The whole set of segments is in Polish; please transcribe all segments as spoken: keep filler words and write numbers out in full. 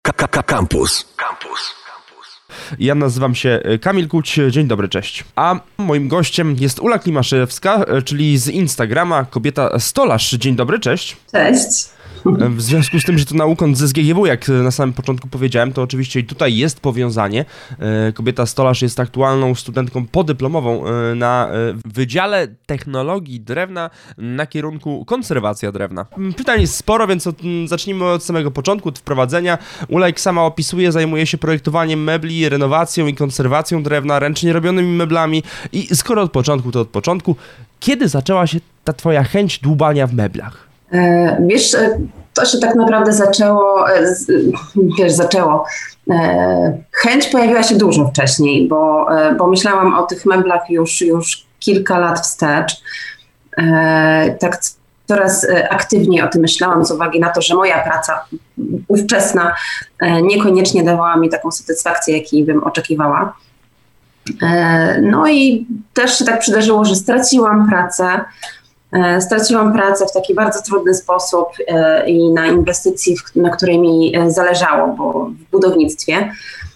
Campus. Campus. Ja nazywam się Kamil Kuć, dzień dobry, cześć. A moim gościem jest Ula Klimaszewska, czyli z Instagrama, kobieta stolarz. Dzień dobry, cześć. Cześć. W związku z tym, że to naukąc ze S G G W, jak na samym początku powiedziałem, to oczywiście i tutaj jest powiązanie. Kobieta stolarz jest aktualną studentką podyplomową na Wydziale Technologii Drewna na kierunku konserwacja drewna. Pytań jest sporo, więc od, zacznijmy od samego początku, od wprowadzenia. Ula, jak sama opisuje, zajmuje się projektowaniem mebli, renowacją i konserwacją drewna, ręcznie robionymi meblami. I skoro od początku, to od początku. Kiedy zaczęła się ta twoja chęć dłubania w meblach? Wiesz, to się tak naprawdę zaczęło, wiesz, zaczęło. Chęć pojawiła się dużo wcześniej, bo, bo myślałam o tych meblach już, już kilka lat wstecz. Tak coraz aktywniej o tym myślałam z uwagi na to, że moja praca ówczesna niekoniecznie dawała mi taką satysfakcję, jakiej bym oczekiwała. No i też się tak przydarzyło, że straciłam pracę. Straciłam pracę w taki bardzo trudny sposób i na inwestycji, na której mi zależało, bo w budownictwie.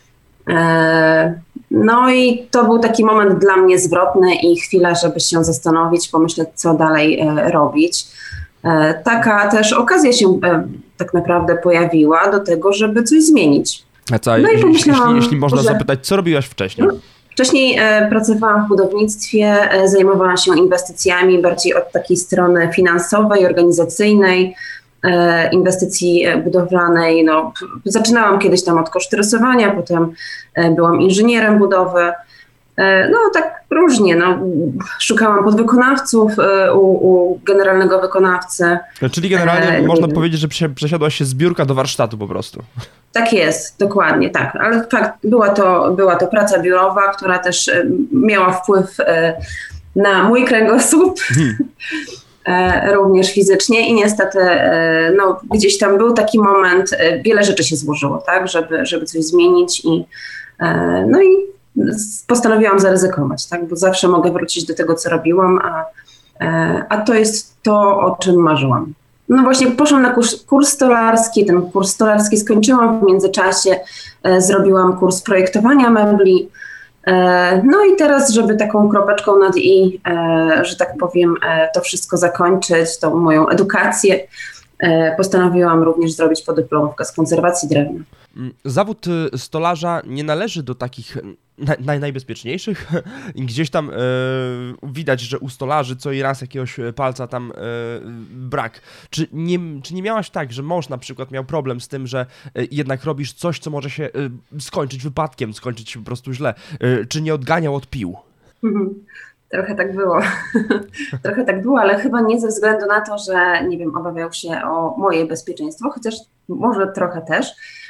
No i to był taki moment dla mnie zwrotny i chwila, żeby się zastanowić, pomyśleć, co dalej robić. Taka też okazja się tak naprawdę pojawiła do tego, żeby coś zmienić. A co, no jeśli, jeśli, jeśli można że... zapytać, co robiłaś wcześniej? No. Wcześniej e, pracowałam w budownictwie, e, zajmowałam się inwestycjami bardziej od takiej strony finansowej, organizacyjnej, e, inwestycji budowlanej. No, p- zaczynałam kiedyś tam od kosztorysowania, potem e, byłam inżynierem budowy. E, no tak różnie, no, szukałam podwykonawców e, u, u generalnego wykonawcy. Czyli generalnie e, można powiedzieć, że przesiadłaś się z biurka do warsztatu po prostu. Tak jest, dokładnie, tak. Ale fakt, była to, była to praca biurowa, która też e, miała wpływ e, na mój kręgosłup, hmm. e, również fizycznie i niestety e, no, gdzieś tam był taki moment, e, wiele rzeczy się złożyło, tak, żeby, żeby coś zmienić i e, no i postanowiłam zaryzykować, tak, bo zawsze mogę wrócić do tego, co robiłam, a, e, a to jest to, o czym marzyłam. No właśnie poszłam na kurs, kurs stolarski, ten kurs stolarski skończyłam, w międzyczasie e, zrobiłam kurs projektowania mebli. E, no i teraz, żeby taką kropeczką nad i, e, że tak powiem, e, to wszystko zakończyć, tą moją edukację, e, postanowiłam również zrobić podyplomówkę z konserwacji drewna. Zawód stolarza nie należy do takich naj, najbezpieczniejszych i gdzieś tam e, widać, że u stolarzy co i raz jakiegoś palca tam e, brak. Czy nie, czy nie miałaś tak, że mąż na przykład miał problem z tym, że e, jednak robisz coś, co może się e, skończyć wypadkiem, skończyć się po prostu źle? E, czy nie odganiał od pił? Mhm. Trochę tak było. Trochę tak było, ale chyba nie ze względu na to, że nie wiem, obawiał się o moje bezpieczeństwo, chociaż może trochę też.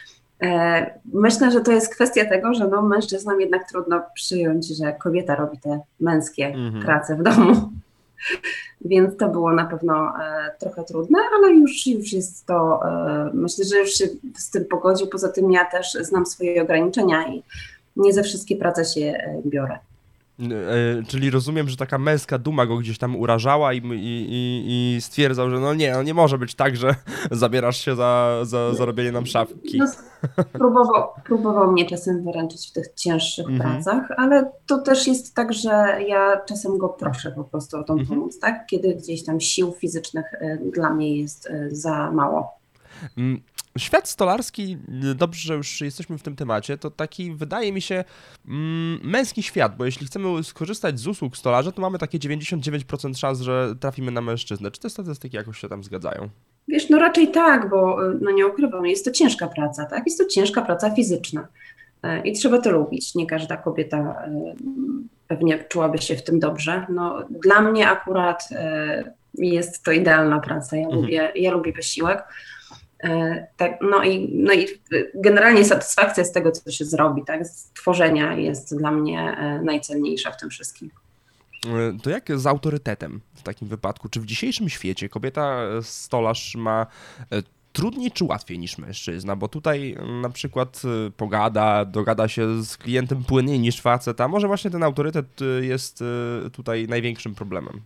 Myślę, że to jest kwestia tego, że no, mężczyznom jednak trudno przyjąć, że kobieta robi te męskie mhm. prace w domu. Więc to było na pewno e, trochę trudne, ale już, już jest to, e, myślę, że już się z tym pogodził. Poza tym ja też znam swoje ograniczenia i nie ze wszystkie prace się e, biorę. Czyli rozumiem, że taka męska duma go gdzieś tam urażała i, i, i stwierdzał, że no nie, no nie może być tak, że zabierasz się za, za, za robienie nam szafki. No, próbował, próbował mnie czasem wyręczyć w tych cięższych mhm. pracach, ale to też jest tak, że ja czasem go proszę po prostu o tą mhm. pomoc, tak? Kiedy gdzieś tam sił fizycznych y, dla mnie jest y, za mało. Mm. Świat stolarski, dobrze, że już jesteśmy w tym temacie, to taki, wydaje mi się, mm, męski świat, bo jeśli chcemy skorzystać z usług stolarza, to mamy takie dziewięćdziesiąt dziewięć procent szans, że trafimy na mężczyznę. Czy te statystyki jakoś się tam zgadzają? Wiesz, no raczej tak, bo no nie ukrywam, jest to ciężka praca, tak? Jest to ciężka praca fizyczna i trzeba to lubić. Nie każda kobieta pewnie czułaby się w tym dobrze. No, dla mnie akurat jest to idealna praca. Ja, mhm. lubię, ja lubię wysiłek. Tak, no, i, no i generalnie satysfakcja z tego, co się zrobi, tak, z tworzenia jest dla mnie najcenniejsza w tym wszystkim. To jak z autorytetem w takim wypadku? Czy w dzisiejszym świecie kobieta stolarz ma trudniej czy łatwiej niż mężczyzna? Bo tutaj na przykład pogada, dogada się z klientem płynniej niż facet, a może właśnie ten autorytet jest tutaj największym problemem?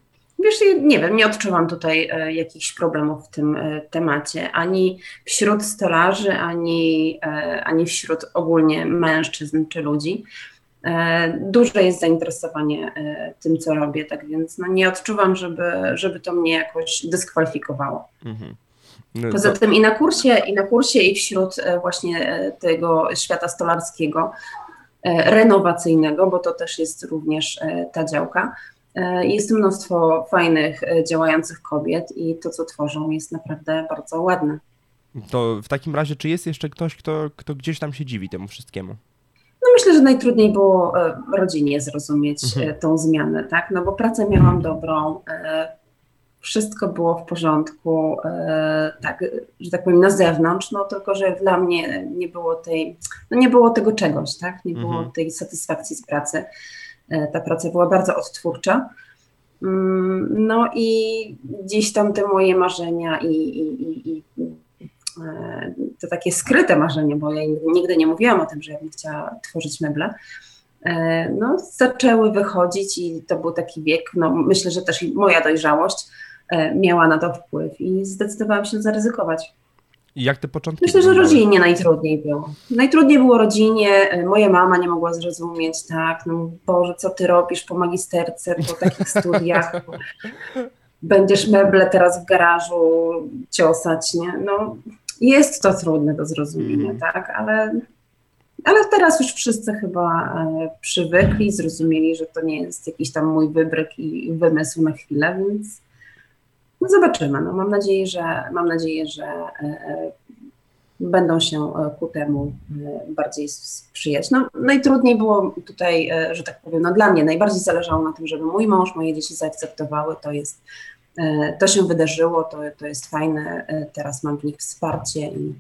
Wiesz, nie wiem, nie odczuwam tutaj e, jakichś problemów w tym e, temacie, ani wśród stolarzy, ani, e, ani wśród ogólnie mężczyzn czy ludzi. E, duże jest zainteresowanie e, tym, co robię, tak więc no, nie odczuwam, żeby, żeby to mnie jakoś dyskwalifikowało. Mhm. No, Poza to... tym i na kursie, i na kursie, i wśród e, właśnie e, tego świata stolarskiego, e, renowacyjnego, bo to też jest również e, ta działka, jest mnóstwo fajnych, działających kobiet i to, co tworzą, jest naprawdę bardzo ładne. To w takim razie, czy jest jeszcze ktoś, kto, kto gdzieś tam się dziwi temu wszystkiemu? No myślę, że najtrudniej było rodzinie zrozumieć Mhm. tą zmianę, tak? No bo pracę miałam dobrą, wszystko było w porządku, tak, że tak powiem, na zewnątrz, no tylko, że dla mnie nie było tej, no nie było tego czegoś, tak? Nie było Mhm. tej satysfakcji z pracy. Ta praca była bardzo odtwórcza. No i gdzieś tam te moje marzenia i, i, i, i to takie skryte marzenie, bo ja nigdy nie mówiłam o tym, że ja bym chciała tworzyć meble, no zaczęły wychodzić i to był taki wiek, no myślę, że też i moja dojrzałość miała na to wpływ i zdecydowałam się zaryzykować. I jak te początki Myślę, że wyglądały? rodzinie najtrudniej było. Najtrudniej było rodzinie, moja mama nie mogła zrozumieć, tak, no Boże, co ty robisz po magisterce, po takich studiach, będziesz meble teraz w garażu ciosać, nie? No jest to trudne do zrozumienia, Mm. tak, ale, ale teraz już wszyscy chyba e, przywykli, zrozumieli, że to nie jest jakiś tam mój wybryk i wymysł na chwilę, więc no zobaczymy. No, mam nadzieję, że mam nadzieję, że e, będą się ku temu e, bardziej sprzyjać. No, najtrudniej było tutaj, e, że tak powiem, no dla mnie najbardziej zależało na tym, żeby mój mąż, moje dzieci zaakceptowały. To jest, e, to się wydarzyło, to, to jest fajne. E, teraz mam w nich wsparcie i,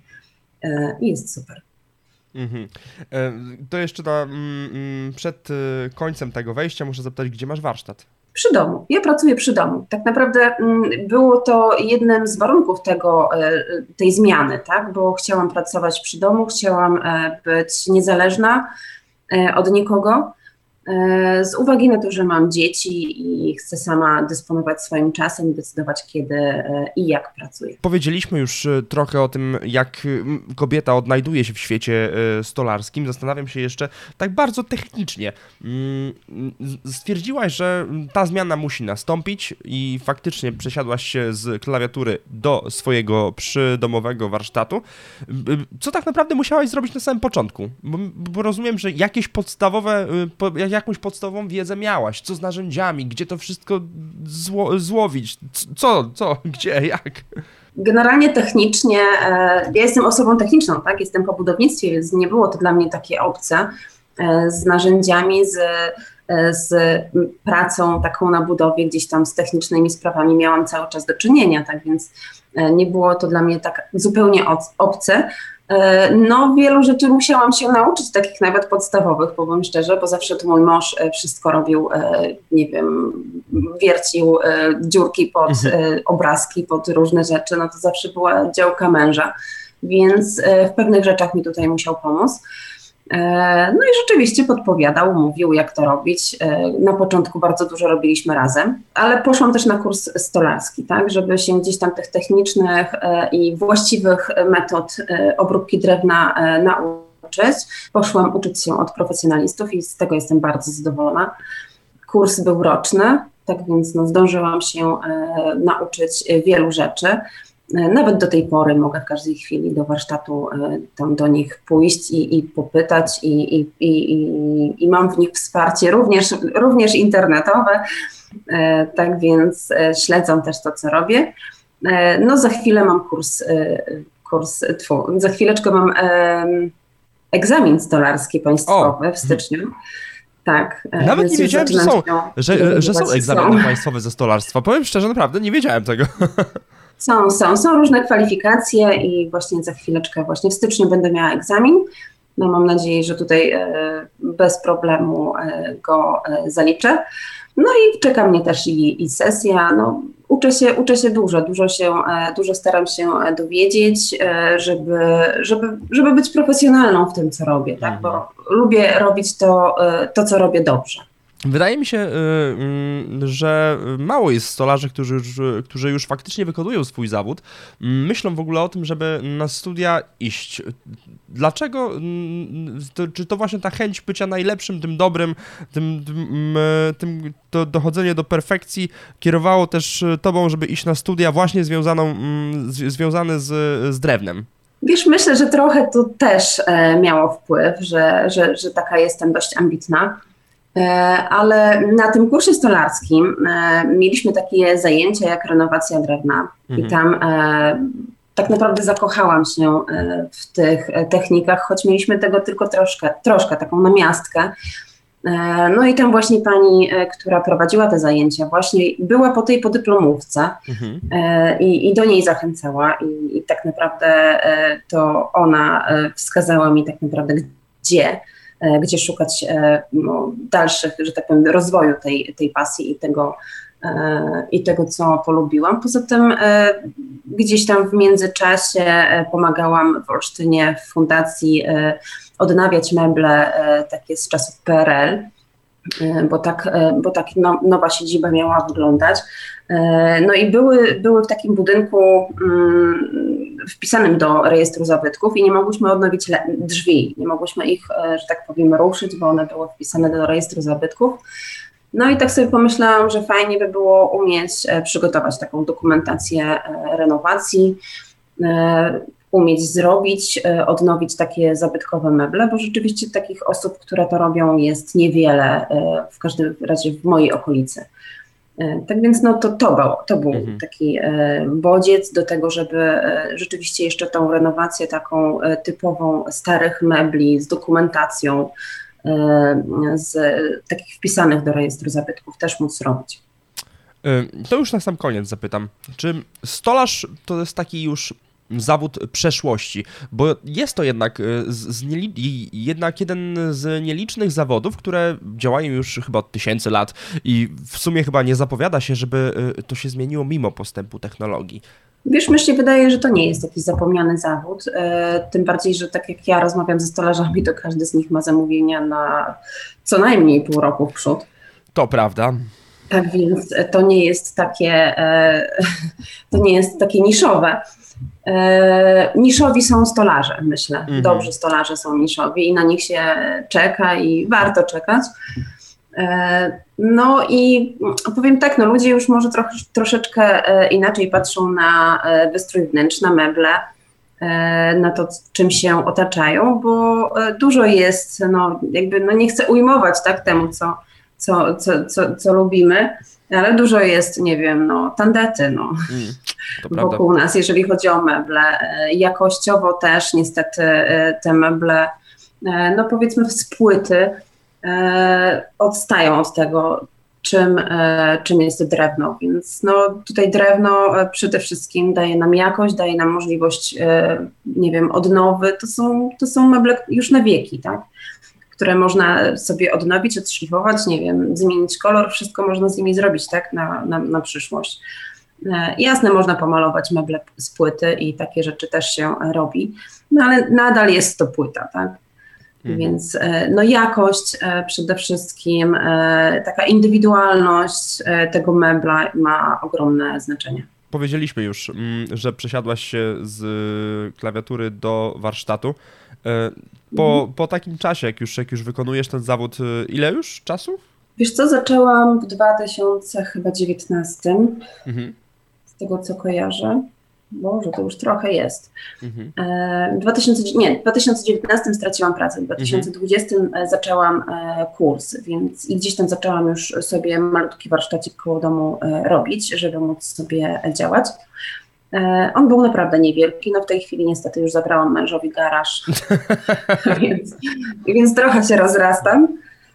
e, i jest super. Mhm. E, To jeszcze na, mm, przed e, końcem tego wejścia muszę zapytać, gdzie masz warsztat? Przy domu. Ja pracuję przy domu. Tak naprawdę mm, było to jednym z warunków tego, e, tej zmiany, tak? Bo chciałam pracować przy domu, chciałam e, być niezależna e, od nikogo. E, z uwagi na to, że mam dzieci i chcę sama dysponować swoim czasem, decydować kiedy e, i jak pracuję. Powiedzieliśmy już e, trochę o tym, jak m, kobieta odnajduje się w świecie e, stolarskim. Zastanawiam się jeszcze tak bardzo technicznie. Mm, z- Stwierdziłaś, że ta zmiana musi nastąpić i faktycznie przesiadłaś się z klawiatury do swojego przydomowego warsztatu. B- Co tak naprawdę musiałaś zrobić na samym początku? Bo, bo rozumiem, że jakieś podstawowe, y, po, jakąś podstawową wiedzę miałaś. Co z narzędziami, gdzie to wszystko zło, złowić, c- co, co, gdzie, jak? Generalnie technicznie, e, ja jestem osobą techniczną, tak? Jestem po budownictwie, więc nie było to dla mnie takie obce e, z narzędziami, z, e, z pracą taką na budowie, gdzieś tam z technicznymi sprawami miałam cały czas do czynienia, tak więc e, nie było to dla mnie tak zupełnie ob- obce. E, no wielu rzeczy musiałam się nauczyć, takich nawet podstawowych, powiem szczerze, bo zawsze tu mój mąż e, wszystko robił, e, nie wiem, wiercił e, dziurki pod e, obrazki, pod różne rzeczy, no to zawsze była działka męża, więc e, w pewnych rzeczach mi tutaj musiał pomóc. E, no i rzeczywiście podpowiadał, mówił jak to robić. E, na początku bardzo dużo robiliśmy razem, ale poszłam też na kurs stolarski, tak, żeby się gdzieś tam tych technicznych e, i właściwych metod e, obróbki drewna e, nauczyć. Poszłam uczyć się od profesjonalistów i z tego jestem bardzo zadowolona. Kurs był roczny, tak więc no, zdążyłam się e, nauczyć wielu rzeczy. Nawet do tej pory mogę w każdej chwili do warsztatu e, tam do nich pójść i, i popytać i, i, i, i, i mam w nich wsparcie również, również internetowe, e, tak więc e, śledzą też to, co robię. E, no za chwilę mam kurs, e, kurs tfu, za chwileczkę mam e, egzamin stolarski państwowy O. w styczniu. Tak. e, Nawet więc nie już wiedziałem, że zaczynam są, się że, że są dowiadywać, egzaminy państwowe ze stolarstwa. Powiem szczerze, naprawdę nie wiedziałem tego. Są, są, są różne kwalifikacje i właśnie za chwileczkę, właśnie w styczniu będę miała egzamin. No mam nadzieję, że tutaj e, bez problemu e, go e, zaliczę. No i czeka mnie też i, i sesja. No, uczę się, uczę się dużo, dużo się, e, dużo staram się dowiedzieć, e, żeby, żeby, żeby być profesjonalną w tym, co robię, tak? Mhm. Bo lubię robić to, e, to, co robię dobrze. Wydaje mi się, że mało jest stolarzy, którzy już, którzy już faktycznie wykonują swój zawód. Myślą w ogóle o tym, żeby na studia iść. Dlaczego? Czy to właśnie ta chęć bycia najlepszym, tym dobrym, tym, tym, tym to dochodzenie do perfekcji kierowało też tobą, żeby iść na studia właśnie związaną, związane z, z drewnem? Wiesz, myślę, że trochę to też miało wpływ, że, że, że taka jestem dość ambitna. Ale na tym kursie stolarskim mieliśmy takie zajęcia jak renowacja drewna mhm. i tam tak naprawdę zakochałam się w tych technikach, choć mieliśmy tego tylko troszkę, troszkę taką namiastkę. No i tam właśnie pani, która prowadziła te zajęcia, właśnie była po tej podyplomówce mhm. i, i do niej zachęcała i, i tak naprawdę to ona wskazała mi tak naprawdę gdzie, gdzie szukać no, dalszych, że tak powiem, rozwoju tej, tej pasji i tego, i tego, co polubiłam. Poza tym gdzieś tam w międzyczasie pomagałam w Olsztynie w fundacji odnawiać meble takie z czasów P R L, bo tak, bo tak no, nowa siedziba miała wyglądać. No i były, były w takim budynku mm, wpisanym do rejestru zabytków i nie mogłyśmy odnowić le- drzwi, nie mogłyśmy ich, że tak powiem, ruszyć, bo one były wpisane do rejestru zabytków. No i tak sobie pomyślałam, że fajnie by było umieć przygotować taką dokumentację renowacji, umieć zrobić, odnowić takie zabytkowe meble, bo rzeczywiście takich osób, które to robią, jest niewiele, w każdym razie w mojej okolicy. Tak więc no to, to, był, to był mhm. taki bodziec do tego, żeby rzeczywiście jeszcze tą renowację taką typową starych mebli z dokumentacją, z takich wpisanych do rejestru zabytków też móc robić. To już na sam koniec zapytam, czy stolarz to jest taki już zawód przeszłości, bo jest to jednak, z, z nieli- jednak jeden z nielicznych zawodów, które działają już chyba od tysięcy lat i w sumie chyba nie zapowiada się, żeby to się zmieniło mimo postępu technologii. Wiesz, mi się wydaje, że to nie jest jakiś zapomniany zawód, e, tym bardziej, że tak jak ja rozmawiam ze stolarzami, to każdy z nich ma zamówienia na co najmniej pół roku w przód. To prawda. Tak więc to nie jest takie, e, to nie jest takie niszowe. E, niszowi są stolarze, myślę. Mhm. Dobrzy stolarze są niszowi i na nich się czeka i warto czekać. E, no i powiem tak, no ludzie już może troch, troszeczkę inaczej patrzą na wystrój wnętrzny, na meble, e, na to, czym się otaczają, bo dużo jest, no jakby, no nie chcę ujmować tak temu, co, co, co, co, co lubimy, ale dużo jest, nie wiem, no tandety, no. Mm. Wokół nas, jeżeli chodzi o meble. Jakościowo też niestety te meble, no powiedzmy z płyty, odstają od tego, czym, czym jest drewno. Więc no tutaj drewno przede wszystkim daje nam jakość, daje nam możliwość, nie wiem, odnowy. To są, to są meble już na wieki, tak? Które można sobie odnowić, odszlifować, nie wiem, zmienić kolor, wszystko można z nimi zrobić, tak, na, na, na przyszłość. Jasne, można pomalować meble z płyty i takie rzeczy też się robi, no ale nadal jest to płyta, tak? Mhm. Więc no jakość przede wszystkim, taka indywidualność tego mebla ma ogromne znaczenie. Powiedzieliśmy już, że przesiadłaś się z klawiatury do warsztatu. Po, mhm. po takim czasie, jak już, jak już wykonujesz ten zawód, ile już czasu? Wiesz co, zaczęłam w dwa tysiące dziewiętnastym. Mhm. Z tego, co kojarzę. Boże, to już trochę jest. Mhm. E, dwa tysiące, nie, w dwa tysiące dziewiętnastym straciłam pracę, w dwa tysiące dwudziestym mhm. zaczęłam e, kurs, więc i gdzieś tam zaczęłam już sobie malutki warsztacik koło domu e, robić, żeby móc sobie działać. E, on był naprawdę niewielki, no w tej chwili niestety już zabrałam mężowi garaż, więc, więc trochę się rozrastam.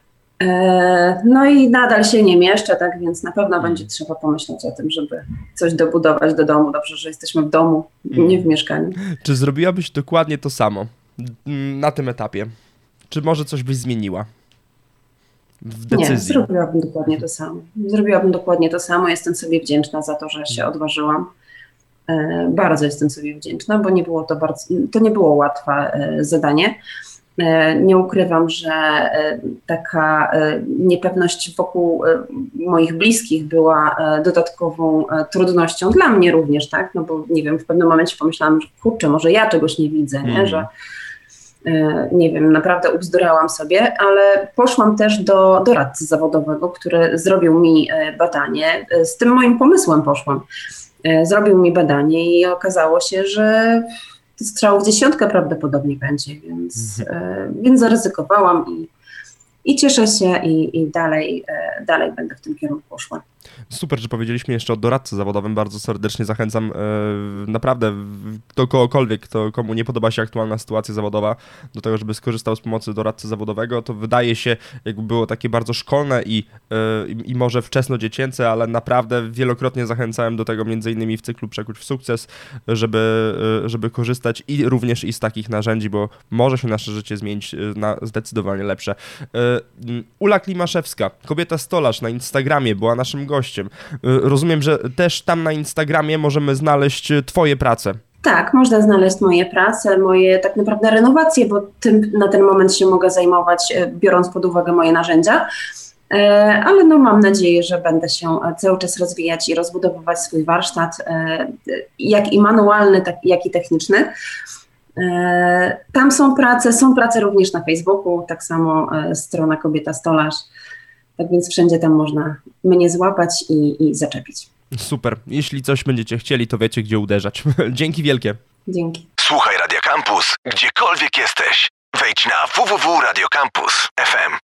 No i nadal się nie mieszczę, tak więc na pewno będzie trzeba pomyśleć o tym, żeby coś dobudować do domu. Dobrze, że jesteśmy w domu, nie w mieszkaniu. Czy zrobiłabyś dokładnie to samo na tym etapie? Czy może coś byś zmieniła w decyzji? Nie, zrobiłabym dokładnie to samo. Zrobiłabym dokładnie to samo. Jestem sobie wdzięczna za to, że się odważyłam. Bardzo jestem sobie wdzięczna, bo nie było to bardzo, to nie było łatwe zadanie. Nie ukrywam, że taka niepewność wokół moich bliskich była dodatkową trudnością dla mnie również, tak? No bo nie wiem, w pewnym momencie pomyślałam, że kurczę, może ja czegoś nie widzę, nie? Mm. że nie wiem, naprawdę ubzdurałam sobie, ale poszłam też do doradcy zawodowego, który zrobił mi badanie. Z tym moim pomysłem poszłam. Zrobił mi badanie i okazało się, że strzał w dziesiątkę prawdopodobnie będzie, więc, mhm. więc zaryzykowałam i, i cieszę się i, i dalej, dalej będę w tym kierunku szła. Super, że powiedzieliśmy jeszcze o doradcy zawodowym. Bardzo serdecznie zachęcam e, naprawdę do kogokolwiek, kto, komu nie podoba się aktualna sytuacja zawodowa, do tego, żeby skorzystał z pomocy doradcy zawodowego. To wydaje się, jakby było takie bardzo szkolne i, e, i, i może wczesnodziecięce, ale naprawdę wielokrotnie zachęcałem do tego, między innymi w cyklu Przekuć w sukces, żeby, e, żeby korzystać i również i z takich narzędzi, bo może się nasze życie zmienić na zdecydowanie lepsze. E, Ula Klimaszewska, kobieta stolarz, na Instagramie była naszym gościem. Rozumiem, że też tam na Instagramie możemy znaleźć twoje prace. Tak, można znaleźć moje prace, moje tak naprawdę renowacje, bo tym na ten moment się mogę zajmować, biorąc pod uwagę moje narzędzia, ale no mam nadzieję, że będę się cały czas rozwijać i rozbudowywać swój warsztat, jak i manualny, tak, jak i techniczny. Tam są prace, są prace również na Facebooku, tak samo strona Kobieta Stolarz. Tak więc wszędzie tam można mnie złapać i, i zaczepić. Super. Jeśli coś będziecie chcieli, to wiecie, gdzie uderzać. Dzięki wielkie. Dzięki. Słuchaj Radia Campus, gdziekolwiek jesteś. Wejdź na w w w kropka radio campus kropka f m.